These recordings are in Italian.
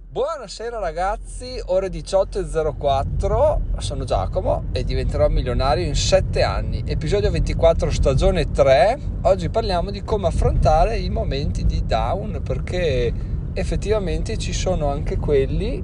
Buonasera ragazzi, ore 18.04, sono Giacomo e diventerò milionario in 7 anni. Episodio 24, stagione 3. Oggi parliamo di come affrontare i momenti di down, perché effettivamente ci sono anche quelli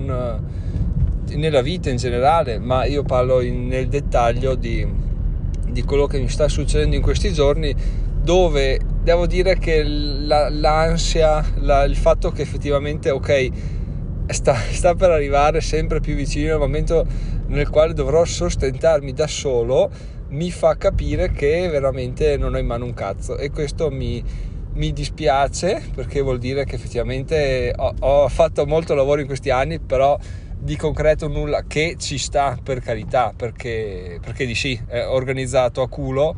nella vita in generale, ma io parlo nel dettaglio di quello che mi sta succedendo in questi giorni, dove devo dire che l'ansia, il fatto che effettivamente sta per arrivare sempre più vicino al momento nel quale dovrò sostentarmi da solo, mi fa capire che veramente non ho in mano un cazzo, e questo mi dispiace, perché vuol dire che effettivamente ho fatto molto lavoro in questi anni, però di concreto nulla, che ci sta, per carità, perché di sì, è organizzato a culo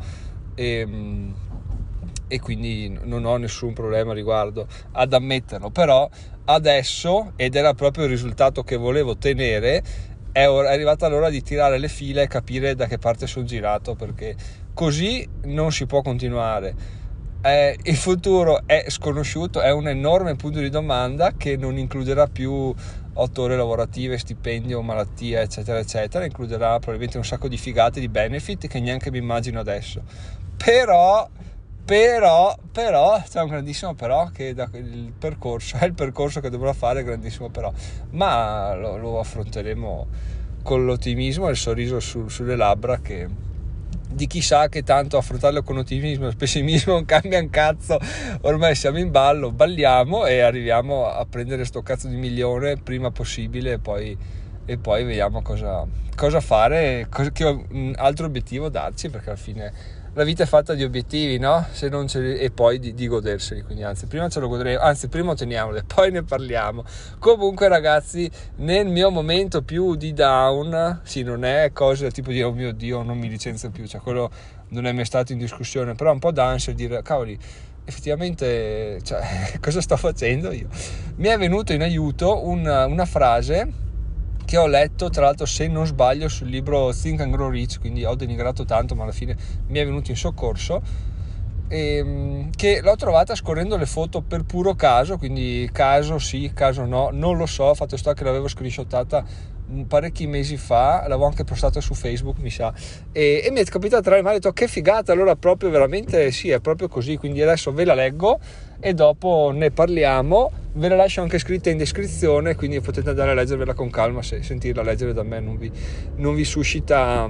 e quindi non ho nessun problema riguardo ad ammetterlo. Però adesso, ed era proprio il risultato che volevo ottenere, è arrivata l'ora di tirare le fila e capire da che parte sono girato, perché così non si può continuare. Il futuro è sconosciuto, è un enorme punto di domanda che non includerà più 8 ore lavorative, stipendio, malattia, eccetera eccetera, includerà probabilmente un sacco di figate, di benefit che neanche mi immagino adesso. Però c'è un grandissimo però, che il percorso che dovrò fare, è grandissimo però, ma lo affronteremo con l'ottimismo e il sorriso sulle labbra, che di chi sa che tanto affrontarlo con ottimismo e pessimismo non cambia un cazzo. Ormai siamo in ballo, balliamo e arriviamo a prendere sto cazzo di milione prima possibile, e poi vediamo cosa fare, che altro obiettivo darci, perché alla fine la vita è fatta di obiettivi, no? Se non e poi di goderseli, quindi prima ce lo godremo, prima otteniamolo e poi ne parliamo. Comunque ragazzi, nel mio momento più di down, sì, non è cosa del tipo di oh mio Dio non mi licenzio più, cioè quello non è mai stato in discussione, però un po' d'ansia, dire cavoli, effettivamente, cioè, cosa sto facendo io? Mi è venuto in aiuto una frase che ho letto, tra l'altro, se non sbaglio, sul libro Think and Grow Rich, quindi ho denigrato tanto, ma alla fine mi è venuto in soccorso, che l'ho trovata scorrendo le foto per puro caso, quindi caso sì, caso no, non lo so, fatto sta che l'avevo screenshottata parecchi mesi fa, l'avevo anche postata su Facebook, mi sa, e mi è capitato tra le mani, ho detto che figata, allora proprio veramente sì, è proprio così, quindi adesso ve la leggo e dopo ne parliamo. Ve la lascio anche scritta in descrizione, quindi potete andare a leggervela con calma, se sentirla leggere da me non vi suscita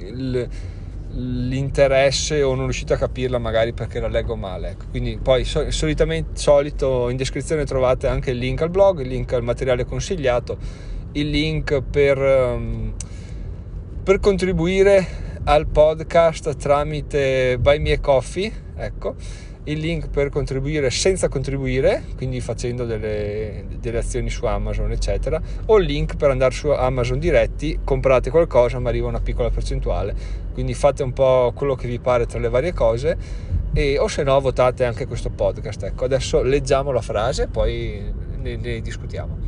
l'interesse o non riuscite a capirla magari perché la leggo male, ecco. Quindi poi solito in descrizione trovate anche il link al blog, il link al materiale consigliato, il link per contribuire al podcast tramite Buy Me a Coffee, ecco, il link per contribuire senza contribuire, quindi facendo delle azioni su Amazon eccetera, o il link per andare su Amazon diretti, comprate qualcosa ma arriva una piccola percentuale, quindi fate un po' quello che vi pare tra le varie cose, o se no votate anche questo podcast. Ecco, adesso leggiamo la frase, poi ne discutiamo.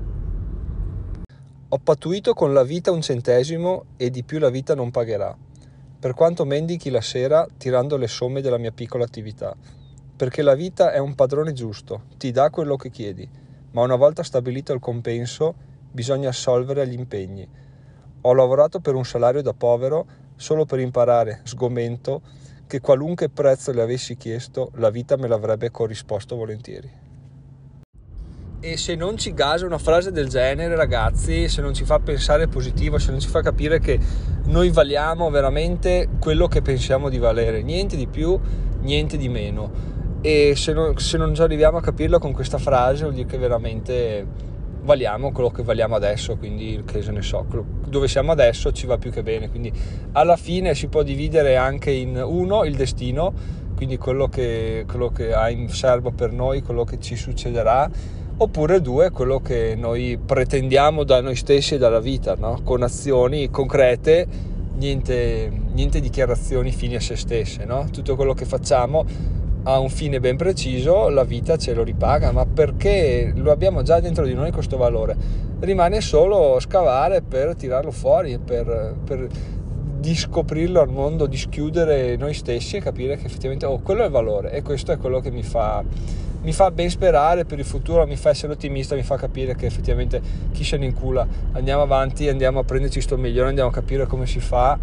Ho pattuito con la vita 1 centesimo e di più la vita non pagherà, per quanto mendichi la sera tirando le somme della mia piccola attività, perché la vita è un padrone giusto, ti dà quello che chiedi, ma una volta stabilito il compenso bisogna assolvere agli impegni. Ho lavorato per un salario da povero solo per imparare, sgomento, che qualunque prezzo le avessi chiesto la vita me l'avrebbe corrisposto volentieri. E se non ci gasa una frase del genere, ragazzi, se non ci fa pensare positivo, se non ci fa capire che noi valiamo veramente quello che pensiamo di valere, niente di più, niente di meno, e se non già arriviamo a capirlo con questa frase, vuol dire che veramente valiamo quello che valiamo adesso, quindi che se ne so, dove siamo adesso ci va più che bene. Quindi alla fine si può dividere anche in uno, il destino, quindi quello che ha in serbo per noi, quello che ci succederà, oppure 2, quello che noi pretendiamo da noi stessi e dalla vita, no? Con azioni concrete, niente dichiarazioni fini a se stesse, no? Tutto quello che facciamo ha un fine ben preciso, la vita ce lo ripaga, ma perché lo abbiamo già dentro di noi questo valore. Rimane solo scavare per tirarlo fuori, per discoprirlo al mondo, dischiudere noi stessi e capire che effettivamente quello è il valore, e questo è quello che mi fa mi fa ben sperare per il futuro, mi fa essere ottimista, mi fa capire che effettivamente chi se ne incula, andiamo avanti, andiamo a prenderci sto milione, andiamo a capire come si fa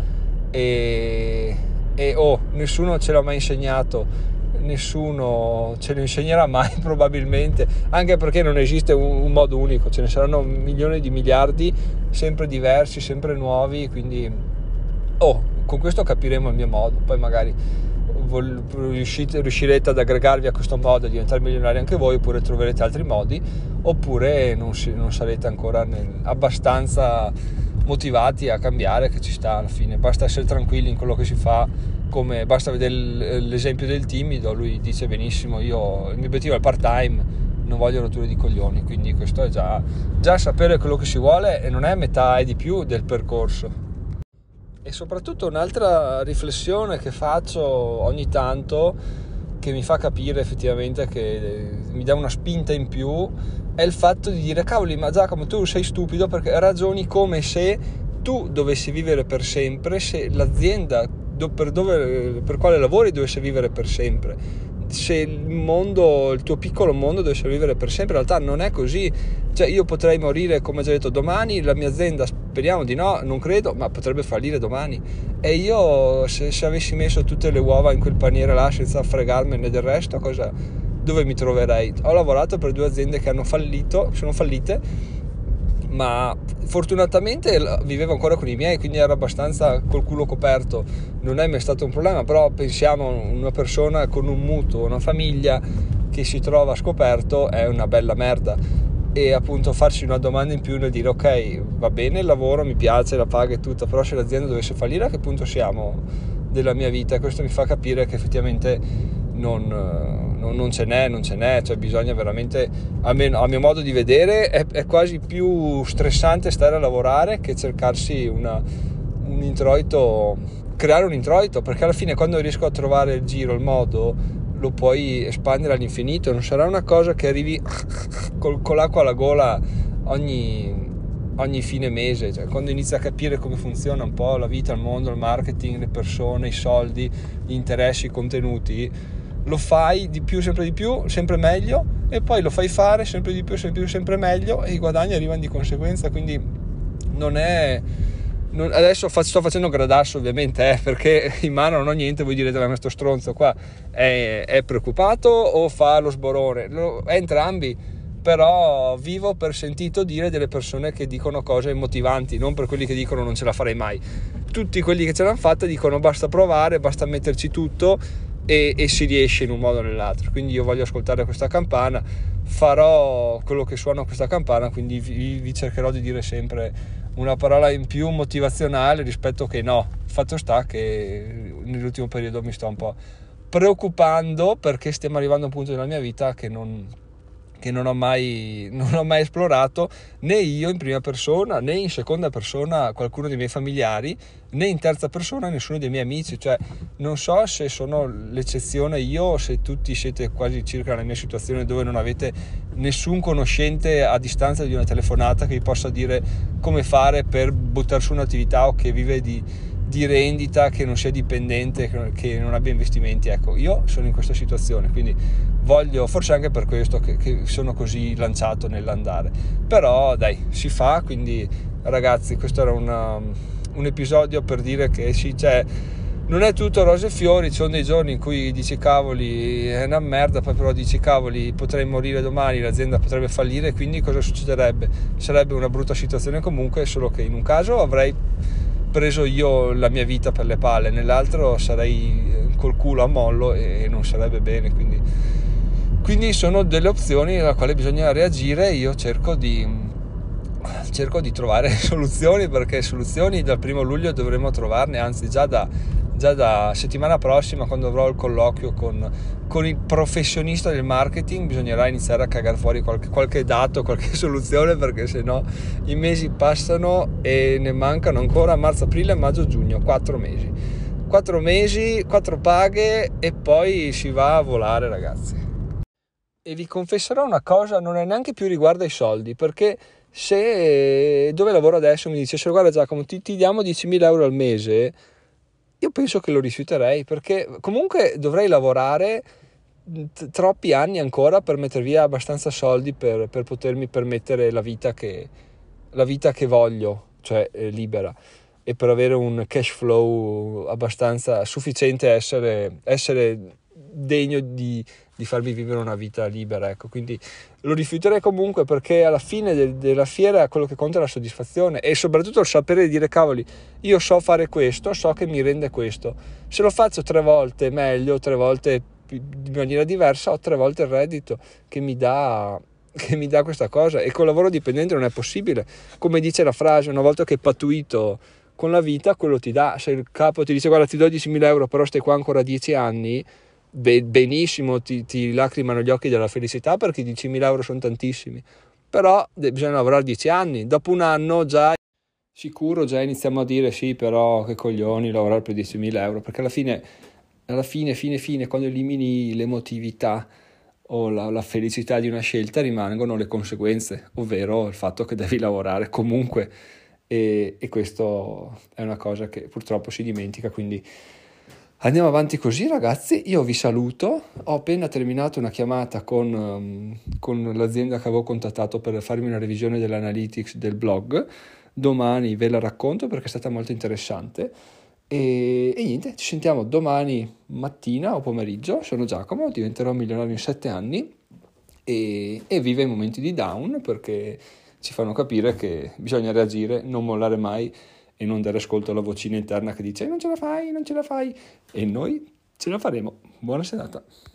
e nessuno ce l'ha mai insegnato, nessuno ce lo insegnerà mai probabilmente, anche perché non esiste un modo unico, ce ne saranno milioni di miliardi sempre diversi, sempre nuovi, quindi con questo capiremo il mio modo, poi magari riuscirete ad aggregarvi a questo modo e diventare milionari anche voi, oppure troverete altri modi, oppure non sarete ancora abbastanza motivati a cambiare, che ci sta alla fine, basta essere tranquilli in quello che si fa, come basta vedere l'esempio del timido, lui dice benissimo, il mio obiettivo è il part time, non voglio rotture di coglioni, quindi questo è già sapere quello che si vuole e non è metà, è di più del percorso. E soprattutto un'altra riflessione che faccio ogni tanto, che mi fa capire effettivamente, che mi dà una spinta in più, è il fatto di dire: cavoli, ma Giacomo, tu sei stupido perché ragioni come se tu dovessi vivere per sempre, se l'azienda per quale lavori dovesse vivere per sempre, se il tuo piccolo mondo dovesse vivere per sempre. In realtà non è così, cioè io potrei morire, come già detto, domani, la mia azienda, speriamo di no, non credo, ma potrebbe fallire domani, e io se avessi messo tutte le uova in quel paniere là senza fregarmene del resto, dove mi troverei? Ho lavorato per 2 aziende che sono fallite, ma fortunatamente vivevo ancora con i miei, quindi ero abbastanza col culo coperto, non è mai stato un problema. Però pensiamo, una persona con un mutuo, una famiglia che si trova scoperto è una bella merda, e appunto farci una domanda in più nel dire: ok, va bene il lavoro, mi piace, la paga e tutto, però se l'azienda dovesse fallire, a che punto siamo della mia vita? E questo mi fa capire che effettivamente non ce n'è, cioè bisogna veramente, almeno a mio modo di vedere, è quasi più stressante stare a lavorare che cercarsi un introito, creare un introito, perché alla fine quando riesco a trovare il giro, il modo, lo puoi espandere all'infinito, non sarà una cosa che arrivi con l'acqua alla gola ogni fine mese, cioè quando inizi a capire come funziona un po' la vita, il mondo, il marketing, le persone, i soldi, gli interessi, i contenuti, lo fai di più, sempre meglio, e poi lo fai fare sempre di più, sempre meglio, e i guadagni arrivano di conseguenza. Quindi adesso sto facendo gradasso ovviamente, perché in mano non ho niente. Voi direte: ma questo stronzo qua è preoccupato o fa lo sborone? È entrambi, però vivo per sentito dire delle persone che dicono cose motivanti, non per quelli che dicono non ce la farei mai. Tutti quelli che ce l'hanno fatta dicono: basta provare, basta metterci tutto e si riesce in un modo o nell'altro. Quindi io voglio ascoltare questa campana, farò quello che suona questa campana, quindi vi cercherò di dire sempre una parola in più motivazionale rispetto che no. Fatto sta che nell'ultimo periodo mi sto un po' preoccupando, perché stiamo arrivando a un punto della mia vita che non ho mai esplorato, né io in prima persona, né in seconda persona qualcuno dei miei familiari, né in terza persona nessuno dei miei amici. Cioè non so se sono l'eccezione io, o se tutti siete quasi circa nella mia situazione, dove non avete nessun conoscente a distanza di una telefonata che vi possa dire come fare per buttare su un'attività, o che vive di rendita, che non sia dipendente, che non abbia investimenti. Ecco, io sono in questa situazione, quindi forse anche per questo che sono così lanciato nell'andare. Però dai, si fa. Quindi ragazzi, questo era un episodio per dire che sì, non è tutto rose e fiori, ci sono dei giorni in cui dici cavoli è una merda, poi però dici cavoli potrei morire domani, l'azienda potrebbe fallire, quindi cosa succederebbe? Sarebbe una brutta situazione comunque, solo che in un caso avrei preso io la mia vita per le palle, nell'altro sarei col culo a mollo e non sarebbe bene. Quindi sono delle opzioni alla quale bisogna reagire. Io cerco di trovare soluzioni, perché soluzioni dal 1 luglio dovremo trovarne, anzi già da settimana prossima, quando avrò il colloquio con il professionista del marketing, bisognerà iniziare a cagare fuori qualche dato, qualche soluzione, perché sennò i mesi passano e ne mancano ancora marzo, aprile, maggio, giugno, 4 mesi, 4 paghe e poi si va a volare, ragazzi. E vi confesserò una cosa, non è neanche più riguardo ai soldi, perché se dove lavoro adesso mi dice: guarda Giacomo, ti diamo 10.000 euro al mese, io penso che lo rifiuterei, perché comunque dovrei lavorare troppi anni ancora per mettere via abbastanza soldi per potermi permettere la vita che voglio, cioè libera, e per avere un cash flow abbastanza sufficiente a essere degno di farmi vivere una vita libera, ecco. Quindi lo rifiuterei comunque, perché alla fine della fiera quello che conta è la soddisfazione e soprattutto il sapere dire: cavoli, io so fare questo, so che mi rende questo, se lo faccio 3 volte meglio, 3 volte di maniera diversa, ho 3 volte il reddito che mi dà questa cosa. E col lavoro dipendente non è possibile, come dice la frase: una volta che hai patuito con la vita, quello ti dà. Se il capo ti dice: guarda, ti do 10.000 euro, però stai qua ancora 10 anni, benissimo, ti lacrimano gli occhi della felicità, perché 10.000 euro sono tantissimi, però bisogna lavorare 10 anni. Dopo un anno già sicuro già iniziamo a dire: sì, però che coglioni lavorare per 10.000 euro, perché alla fine, quando elimini l'emotività o la felicità di una scelta, rimangono le conseguenze, ovvero il fatto che devi lavorare comunque, e questo è una cosa che purtroppo si dimentica. Quindi andiamo avanti così, ragazzi. Io vi saluto. Ho appena terminato una chiamata con l'azienda che avevo contattato per farmi una revisione dell'analytics del blog. Domani ve la racconto perché è stata molto interessante. E niente, ci sentiamo domani mattina o pomeriggio. Sono Giacomo, diventerò milionario in 7 anni e vive i momenti di down, perché ci fanno capire che bisogna reagire, non mollare mai e non dare ascolto alla vocina interna che dice: non ce la fai, non ce la fai, e noi ce la faremo. Buona serata.